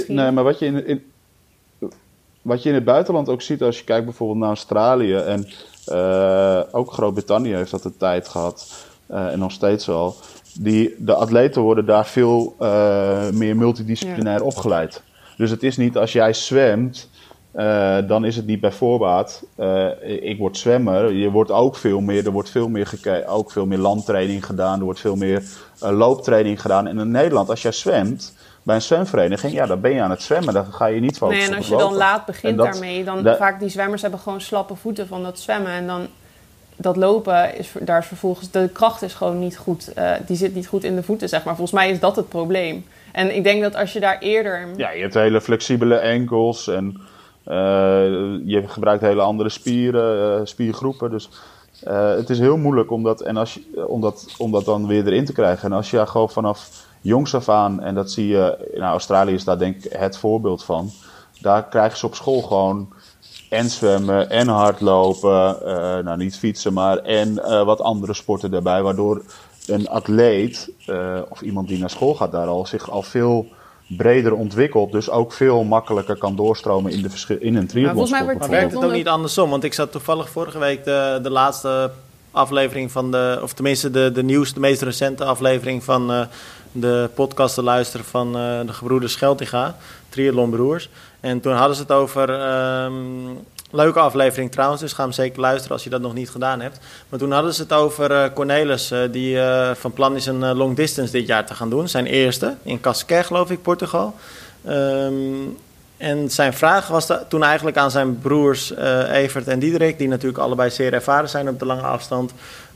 Wat je in het buitenland ook ziet, als je kijkt bijvoorbeeld naar Australië en ook Groot-Brittannië heeft dat een tijd gehad en nog steeds wel. De atleten worden daar veel meer multidisciplinair opgeleid. Dus het is niet als jij zwemt, dan is het niet bij voorbaat. Ik word zwemmer. Er wordt veel meer gekeken, ook veel meer landtraining gedaan. Er wordt veel meer looptraining gedaan. En in Nederland, als jij zwemt bij een zwemvereniging, ja, dan ben je aan het zwemmen. Dan ga je niet focussen op het lopen. En als je dan laat begint daarmee, vaak die zwemmers hebben gewoon slappe voeten van dat zwemmen. En dan dat lopen, daar is vervolgens, de kracht is gewoon niet goed. Die zit niet goed in de voeten, zeg maar. Volgens mij is dat het probleem. En ik denk dat als je daar eerder... Ja, je hebt hele flexibele enkels en je gebruikt hele andere spiergroepen. Dus het is heel moeilijk om dat dan weer erin te krijgen. En als je gewoon vanaf jongs af aan, en dat zie je, nou, Australië is daar denk ik het voorbeeld van. Daar krijgen ze op school gewoon en zwemmen en hardlopen, nou niet fietsen, maar en wat andere sporten daarbij. Waardoor een atleet of iemand die naar school gaat daar zich al veel breder ontwikkelt. Dus ook veel makkelijker kan doorstromen in een triathlonsport. Maar werkt het ook niet andersom? Want ik zat toevallig vorige week de laatste aflevering van of tenminste de nieuwste, de meest recente aflevering van de podcast te luisteren van de gebroeders Scheltinga, Triathlonbroers. En toen hadden ze het over... leuke aflevering trouwens, dus ga hem zeker luisteren als je dat nog niet gedaan hebt. Maar toen hadden ze het over Cornelis, die van plan is een long distance dit jaar te gaan doen. Zijn eerste, in Casquer geloof ik, Portugal. En zijn vraag was toen eigenlijk aan zijn broers Evert en Diederik, die natuurlijk allebei zeer ervaren zijn op de lange afstand.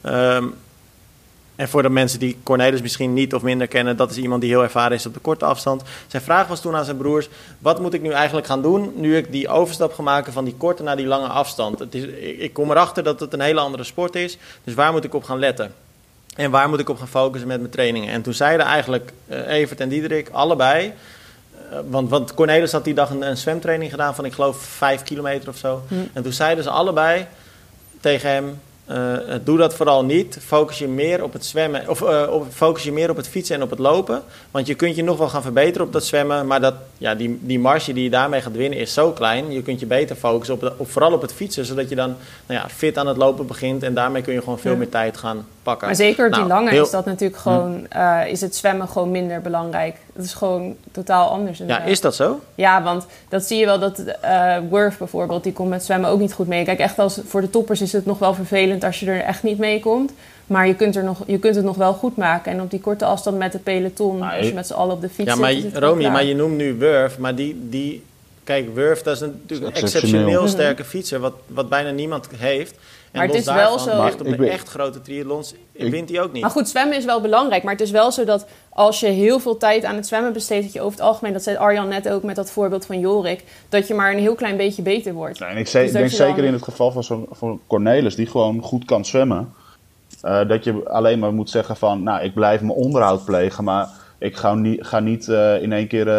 En voor de mensen die Cornelis misschien niet of minder kennen, dat is iemand die heel ervaren is op de korte afstand. Zijn vraag was toen aan zijn broers: wat moet ik nu eigenlijk gaan doen nu ik die overstap ga maken van die korte naar die lange afstand? Ik kom erachter dat het een hele andere sport is, dus waar moet ik op gaan letten? En waar moet ik op gaan focussen met mijn trainingen? En toen zeiden eigenlijk Evert en Diederik allebei, want Cornelis had die dag een zwemtraining gedaan van ik geloof 5 kilometer of zo. En toen zeiden ze allebei tegen hem: doe dat vooral niet. Focus je meer op het zwemmen, of focus je meer op het fietsen en op het lopen. Want je kunt je nog wel gaan verbeteren op dat zwemmen, maar die marge die je daarmee gaat winnen is zo klein. Je kunt je beter focussen vooral op het fietsen, zodat je dan fit aan het lopen begint en daarmee kun je gewoon veel meer tijd gaan pakken. Maar zeker op die lange is dat natuurlijk gewoon, is het zwemmen gewoon minder belangrijk. Het is gewoon totaal anders. Ja, is dat zo? Ja, want dat zie je wel dat Worth bijvoorbeeld, die komt met zwemmen ook niet goed mee. Kijk, echt voor de toppers is het nog wel vervelend als je er echt niet mee komt. Maar je kunt het nog wel goed maken. En op die korte afstand met de peloton, als je met z'n allen op de fiets zit... Ja, maar Romy, maar je noemt nu Worth, maar kijk, Worth, dat is natuurlijk een exceptioneel sterke fietser, wat bijna niemand heeft. En maar het is wel zo... echt op de echt grote triathlons wint hij ook niet. Maar goed, zwemmen is wel belangrijk. Maar het is wel zo dat als je heel veel tijd aan het zwemmen besteedt, dat je over het algemeen, dat zei Arjan net ook met dat voorbeeld van Jorik, dat je maar een heel klein beetje beter wordt. Ja, en ik denk zeker in het geval van Cornelis, die gewoon goed kan zwemmen, dat je alleen maar moet zeggen van, nou, ik blijf mijn onderhoud plegen, maar ik ga niet in één keer,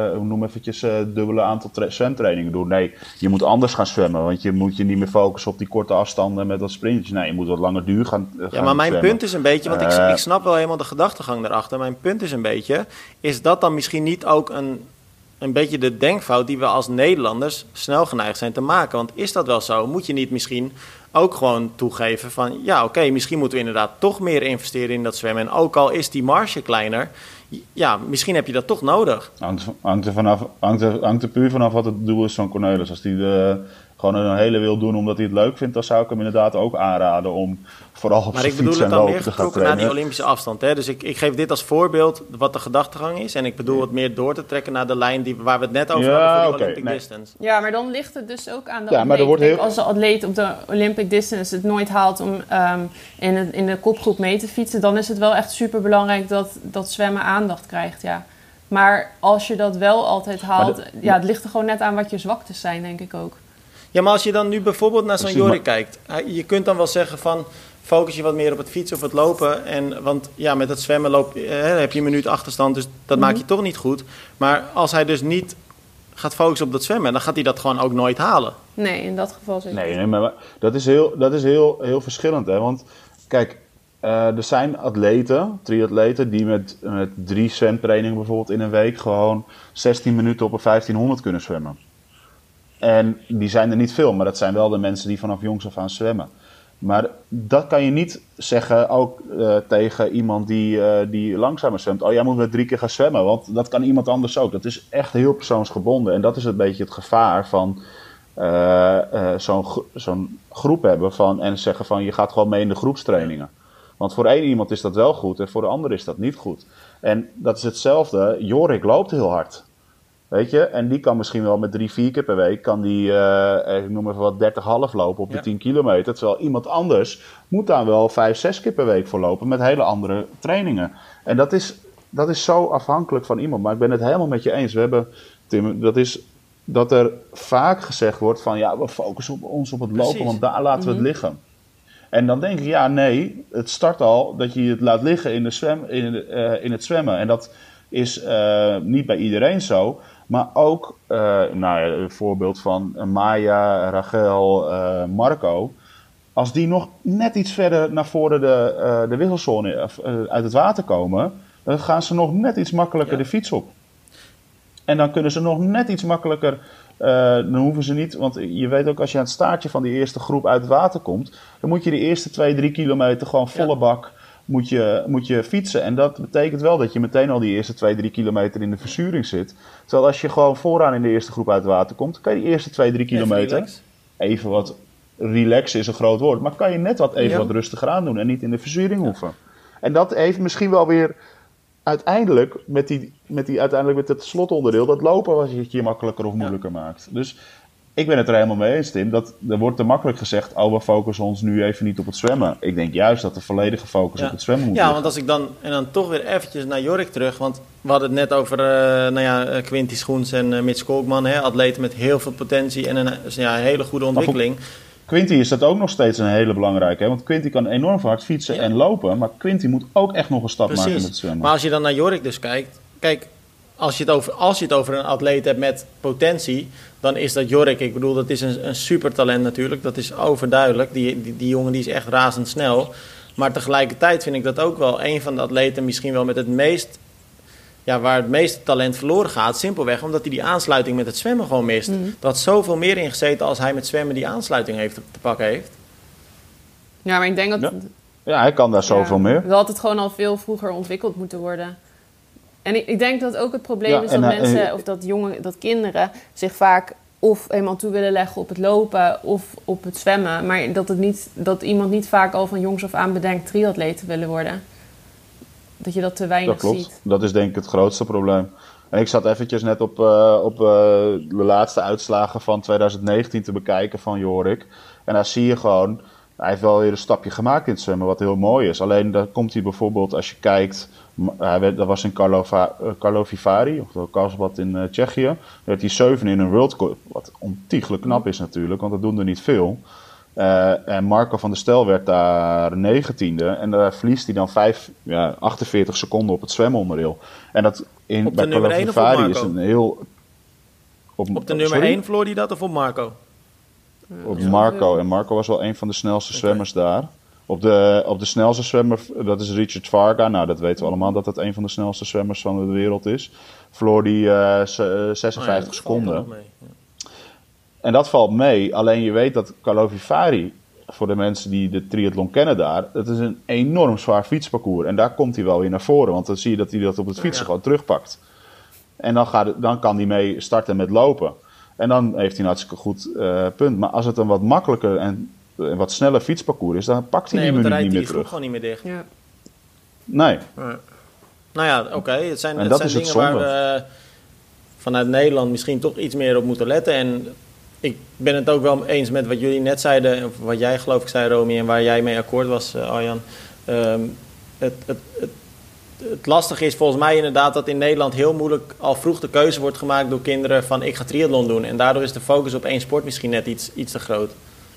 dubbele aantal zwemtrainingen doen. Nee, je moet anders gaan zwemmen, want je moet je niet meer focussen op die korte afstanden met dat sprintjes. Nee, je moet wat langer duur gaan Ja, maar mijn zwemmen. Punt is een beetje, want ik snap wel helemaal de gedachtegang daarachter. Mijn punt is een beetje, is dat dan misschien niet ook een beetje de denkfout die we als Nederlanders snel geneigd zijn te maken? Want is dat wel zo? Moet je niet misschien ook gewoon toegeven van, ja, oké, misschien moeten we inderdaad toch meer investeren in dat zwemmen. En ook al is die marge kleiner, Ja, misschien heb je dat toch nodig. Hangt er puur vanaf wat het doel is van Cornelis. Als hij gewoon een hele wil doen omdat hij het leuk vindt, dan zou ik hem inderdaad ook aanraden om vooral op zijn fiets en lopen te gaan trainen. Maar ik bedoel het dan meer getrokken naar die Olympische afstand. Hè? Dus ik geef dit als voorbeeld wat de gedachtegang is. En ik bedoel het meer door te trekken naar de lijn waar we het net over hadden voor de Olympic Distance. Ja, maar dan ligt het dus ook aan de atleet. Als de atleet op de Olympic Distance het nooit haalt om in de kopgroep mee te fietsen, dan is het wel echt super belangrijk dat zwemmen aandacht krijgt, ja. Maar als je dat wel altijd haalt, het ligt er gewoon net aan wat je zwaktes zijn, denk ik ook. Ja, maar als je dan nu bijvoorbeeld naar zo'n Jorik kijkt, je kunt dan wel zeggen van focus je wat meer op het fietsen of het lopen. Want ja, met het zwemmen heb je een minuut achterstand, dus dat maak je toch niet goed. Maar als hij dus niet gaat focussen op dat zwemmen, dan gaat hij dat gewoon ook nooit halen. Nee, in dat geval zeker. Nee, maar dat is heel verschillend, hè. Want kijk, er zijn triatleten, die met 3 zwemtrainingen bijvoorbeeld in een week gewoon 16 minuten op een 1500 kunnen zwemmen. En die zijn er niet veel, maar dat zijn wel de mensen die vanaf jongs af aan zwemmen. Maar dat kan je niet zeggen ook tegen iemand die langzamer zwemt. Oh, jij moet met 3 keer gaan zwemmen, want dat kan iemand anders ook. Dat is echt heel persoonsgebonden. En dat is een beetje het gevaar van zo'n groep hebben en zeggen van je gaat gewoon mee in de groepstrainingen. Want voor één iemand is dat wel goed en voor de ander is dat niet goed. En dat is hetzelfde. Jorik loopt heel hard. Weet je, en die kan misschien wel met 3-4 keer per week, kan die, ik noem even wat, 30,5 lopen op de 10 kilometer. Terwijl iemand anders moet daar wel 5-6 keer per week voor lopen met hele andere trainingen. En dat is zo afhankelijk van iemand. Maar ik ben het helemaal met je eens. We hebben, Tim, dat er vaak gezegd wordt van ja, we focussen ons op het lopen, want daar laten we het liggen. En dan denk ik, ja, nee, het start al dat je het laat liggen in het zwemmen. En dat is niet bij iedereen zo. Maar ook, een voorbeeld van Maya, Rachel, Marco. Als die nog net iets verder naar voren de wisselzone uit het water komen, dan gaan ze nog net iets makkelijker de fiets op. En dan kunnen ze nog net iets makkelijker, dan hoeven ze niet, want je weet ook als je aan het staartje van die eerste groep uit het water komt, dan moet je de eerste 2-3 kilometer gewoon volle bak moet je fietsen. En dat betekent wel dat je meteen al die eerste 2-3 kilometer in de verzuring zit. Terwijl als je gewoon vooraan in de eerste groep uit het water komt, kan je die eerste 2-3 kilometer even wat relaxen is een groot woord, maar kan je net wat rustiger aan doen en niet in de verzuring hoeven. En dat heeft misschien wel weer uiteindelijk met het slotonderdeel dat lopen wat je het je makkelijker of moeilijker maakt. Dus ik ben het er helemaal mee eens, Tim. Er wordt te makkelijk gezegd, we focussen ons nu even niet op het zwemmen. Ik denk juist dat de volledige focus op het zwemmen moet liggen. Want als ik dan toch weer eventjes naar Jorik terug, want we hadden het net over Quinty Schoens en Mitch Kolkman, atleten met heel veel potentie en een hele goede ontwikkeling. Quinty is dat ook nog steeds een hele belangrijke. Hè? Want Quinty kan enorm hard fietsen en lopen. Maar Quinty moet ook echt nog een stap maken met het zwemmen. Maar als je dan naar Jorik dus kijkt. Kijk, als je het over een atleet hebt met potentie, dan is dat Jorik. Ik bedoel, dat is een supertalent natuurlijk. Dat is overduidelijk. Die jongen die is echt razendsnel. Maar tegelijkertijd vind ik dat ook wel een van de atleten misschien wel met het meest, waar het meeste talent verloren gaat. Simpelweg omdat hij die aansluiting met het zwemmen gewoon mist. Er had zoveel meer in gezeten als hij met zwemmen die aansluiting te pakken heeft. Ja, maar ik denk dat... Ja, hij kan daar zoveel meer. Dat had het gewoon al veel vroeger ontwikkeld moeten worden. En ik denk dat ook het probleem is dat mensen, of dat kinderen zich vaak of eenmaal toe willen leggen op het lopen of op het zwemmen. Maar dat iemand niet vaak al van jongs af aan bedenkt triatleet te willen worden. Dat je dat te weinig ziet. Dat klopt. Dat is denk ik het grootste probleem. En ik zat eventjes net op de laatste uitslagen van 2019 te bekijken van Jorik. En daar zie je gewoon, hij heeft wel weer een stapje gemaakt in het zwemmen, wat heel mooi is. Alleen daar komt hij bijvoorbeeld, als je kijkt, dat was in Karlovy Vary, of Karlsbad in Tsjechië. Daar werd hij 7 in een World Cup, wat ontiegelijk knap is natuurlijk, want dat doen er niet veel. En Marco van der Stel werd daar 19e. En daar verliest hij dan 48 seconden op het zwemonderdeel. En dat bij Karlovy Vary is een heel... Op de nummer 1 verloor hij dat of op Marco? Op Marco. En Marco was wel een van de snelste zwemmers daar. Op de snelste zwemmer, dat is Richard Varga. Nou, dat weten we allemaal dat dat een van de snelste zwemmers van de wereld is. Verloor die 56 seconden. En dat valt mee. Alleen je weet dat Karlovy Vary voor de mensen die de triathlon kennen daar, het is een enorm zwaar fietsparcours. En daar komt hij wel weer naar voren, want dan zie je dat hij dat op het fietsen gewoon terugpakt. En dan kan hij mee starten met lopen. En dan heeft hij een hartstikke goed punt. Maar als het een wat makkelijker en wat sneller fietsparcours is, dan pakt hij die minuut niet meer terug. Gewoon niet meer dicht. Ja. Nee. Nou ja, oké. Het zijn dingen zonde. waar we vanuit Nederland misschien toch iets meer op moeten letten. En ik ben het ook wel eens met wat jullie net zeiden, of wat jij geloof ik zei, Romy, en waar jij mee akkoord was, Arjan. Het lastige is volgens mij inderdaad dat in Nederland heel moeilijk al vroeg de keuze wordt gemaakt door kinderen van ik ga triathlon doen. En daardoor is de focus op één sport misschien net iets te groot.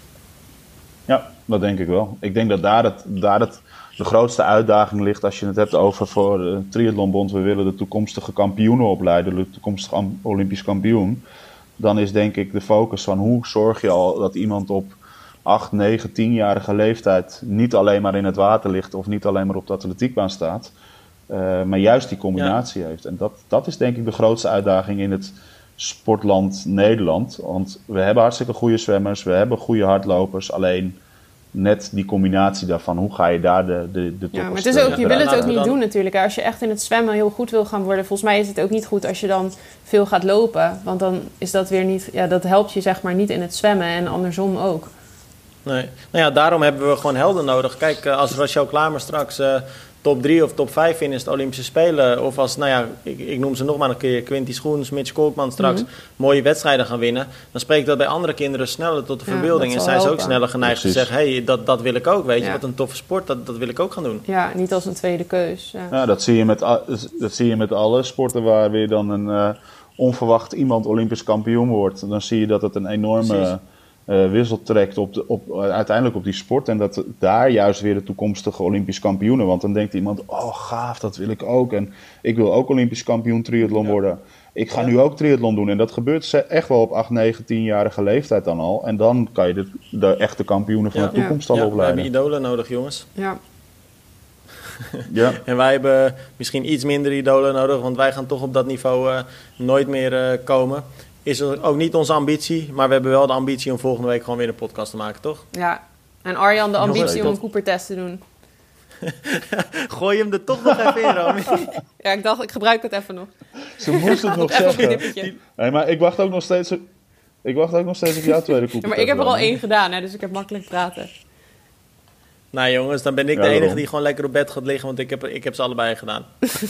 Ja, dat denk ik wel. Ik denk dat daar de grootste uitdaging ligt als je het hebt over voor de Triathlonbond. We willen de toekomstige kampioenen opleiden, de toekomstige Olympisch kampioen. Dan is denk ik de focus van hoe zorg je al dat iemand op 8, 9, 10-jarige leeftijd niet alleen maar in het water ligt of niet alleen maar op de atletiekbaan staat. Maar juist die combinatie heeft. En dat is denk ik de grootste uitdaging in het sportland Nederland. Want we hebben hartstikke goede zwemmers, we hebben goede hardlopers. Alleen net die combinatie daarvan, hoe ga je daar de toppers... Ja, maar het is ook, je wil het ook niet doen natuurlijk. Als je echt in het zwemmen heel goed wil gaan worden, volgens mij is het ook niet goed als je dan veel gaat lopen. Want dan is dat weer niet... Ja, dat helpt je zeg maar niet in het zwemmen en andersom ook. Nee. Nou ja, daarom hebben we gewoon helden nodig. Kijk, als Rachel Klamer straks top 3 of top 5 in is het Olympische Spelen. Of als, nou ja, ik noem ze nog maar een keer, Quinty Schoens, Mitch Kolkman straks mooie wedstrijden gaan winnen. Dan spreekt dat bij andere kinderen sneller tot de verbeelding. En zijn ze ook sneller geneigd te zeggen, hey, dat wil ik ook, weet je. Wat een toffe sport, dat wil ik ook gaan doen. Ja, niet als een tweede keus. Ja, ja dat zie je met alle sporten waar weer dan een onverwacht iemand Olympisch kampioen wordt. Dan zie je dat het een enorme... wissel trekt uiteindelijk op die sport. En dat daar juist weer de toekomstige Olympisch kampioenen. Want dan denkt iemand, oh gaaf, dat wil ik ook. En ik wil ook Olympisch kampioen triathlon worden. Ik ga nu ook triathlon doen. En dat gebeurt echt wel op 8, 9, 10-jarige leeftijd dan al. En dan kan je de echte kampioenen van de toekomst al opleiden. We hebben idolen nodig, jongens. Ja. Ja. En wij hebben misschien iets minder idolen nodig. Want wij gaan toch op dat niveau nooit meer komen. Is er ook niet onze ambitie, maar we hebben wel de ambitie om volgende week gewoon weer een podcast te maken, toch? Ja, en Arjan de ambitie om een Cooper-test te doen. Gooi hem er toch nog even in, Romy. Ja, ik dacht, ik gebruik het even nog. Ze moest het nog zeggen. Nee, maar ik wacht ook nog steeds op jouw tweede Cooper-test. Ja, maar ik heb er al 1 gedaan, hè, dus ik heb makkelijk praten. Nou jongens, dan ben ik de enige die gewoon lekker op bed gaat liggen, want ik heb ze allebei gedaan.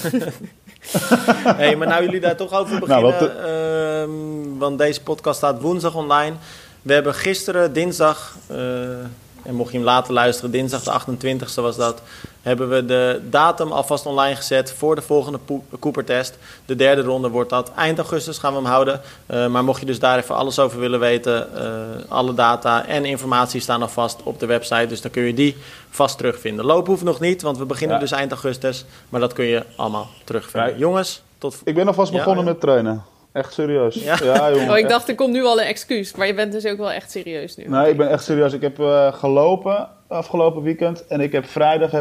Hey, maar nou jullie daar toch over beginnen, want deze podcast staat woensdag online. We hebben gisteren, dinsdag, en mocht je hem later luisteren, dinsdag de 28e was dat, hebben we de datum alvast online gezet voor de volgende Cooper-test. De 3e ronde wordt dat. Eind augustus gaan we hem houden. Maar mocht je dus daar even alles over willen weten, alle data en informatie staan nog vast op de website. Dus dan kun je die vast terugvinden. Lopen hoeft nog niet, want we beginnen dus eind augustus. Maar dat kun je allemaal terugvinden. Ja. Jongens, ik ben alvast begonnen met trainen. Echt serieus. Ja, jongen, ik dacht, er komt nu al een excuus. Maar je bent dus ook wel echt serieus nu. Nee, ik ben echt serieus. Ik heb gelopen afgelopen weekend. En ik heb vrijdag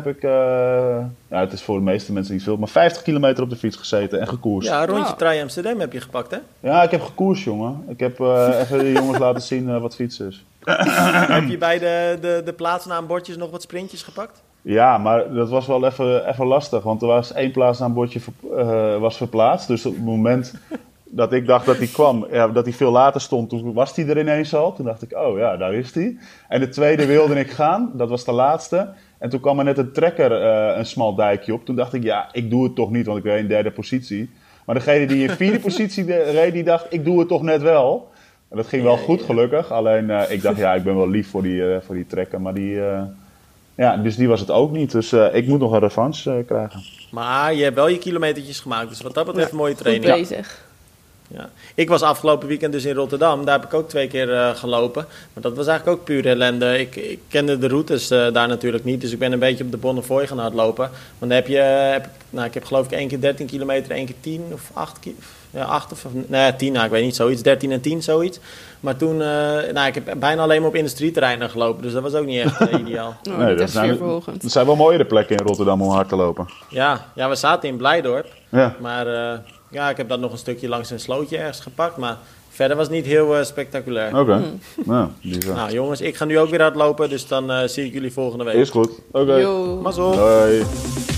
het is voor de meeste mensen niet veel, maar 50 kilometer op de fiets gezeten en gekoerst. Ja, een rondje Trij Amsterdam heb je gepakt, hè? Ja, ik heb gekoerst, jongen. Ik heb even de jongens laten zien wat fietsen is. Heb je bij de plaatsnaambordjes nog wat sprintjes gepakt? Ja, maar dat was wel even lastig. Want er was 1 plaatsnaambordje was verplaatst. Dus op het moment dat ik dacht dat hij kwam, dat hij veel later stond, toen was hij er ineens al. Toen dacht ik, oh ja, daar is hij. En de tweede wilde ik gaan, dat was de laatste. En toen kwam er net een trekker een smal dijkje op. Toen dacht ik, ja, ik doe het toch niet, want ik reed in 3e positie. Maar degene die in 4e positie reed, die dacht, ik doe het toch net wel. En dat ging wel goed, gelukkig. Alleen, ik dacht, ja, ik ben wel lief voor die trekker. Maar dus die was het ook niet. Dus ik moet nog een revanche krijgen. Maar je hebt wel je kilometertjes gemaakt. Dus wat dat betreft, mooie training. Goed bezig. Ja. Ik was afgelopen weekend dus in Rotterdam. Daar heb ik ook 2 keer gelopen. Maar dat was eigenlijk ook puur ellende. Ik kende de routes daar natuurlijk niet. Dus ik ben een beetje op de Bonnefoy gaan hardlopen. Want dan ik heb geloof ik 1 keer 13 kilometer, 1 keer 10 of 8 ja, 8 of 10, ik weet niet, zoiets. 13 en 10, zoiets. Maar toen, ik heb bijna alleen maar op industrieterreinen gelopen. Dus dat was ook niet echt ideaal. Nee, er zijn wel mooiere plekken in Rotterdam om hard te lopen. Ja, we zaten in Blijdorp. Ja. Maar ik heb dat nog een stukje langs een slootje ergens gepakt. Maar Verder was het niet heel spectaculair. Oké. Nou, bizar. Nou jongens, ik ga nu ook weer hardlopen, dus dan zie ik jullie volgende week. Is goed. Oké. Yo. Mazzel. Hoi.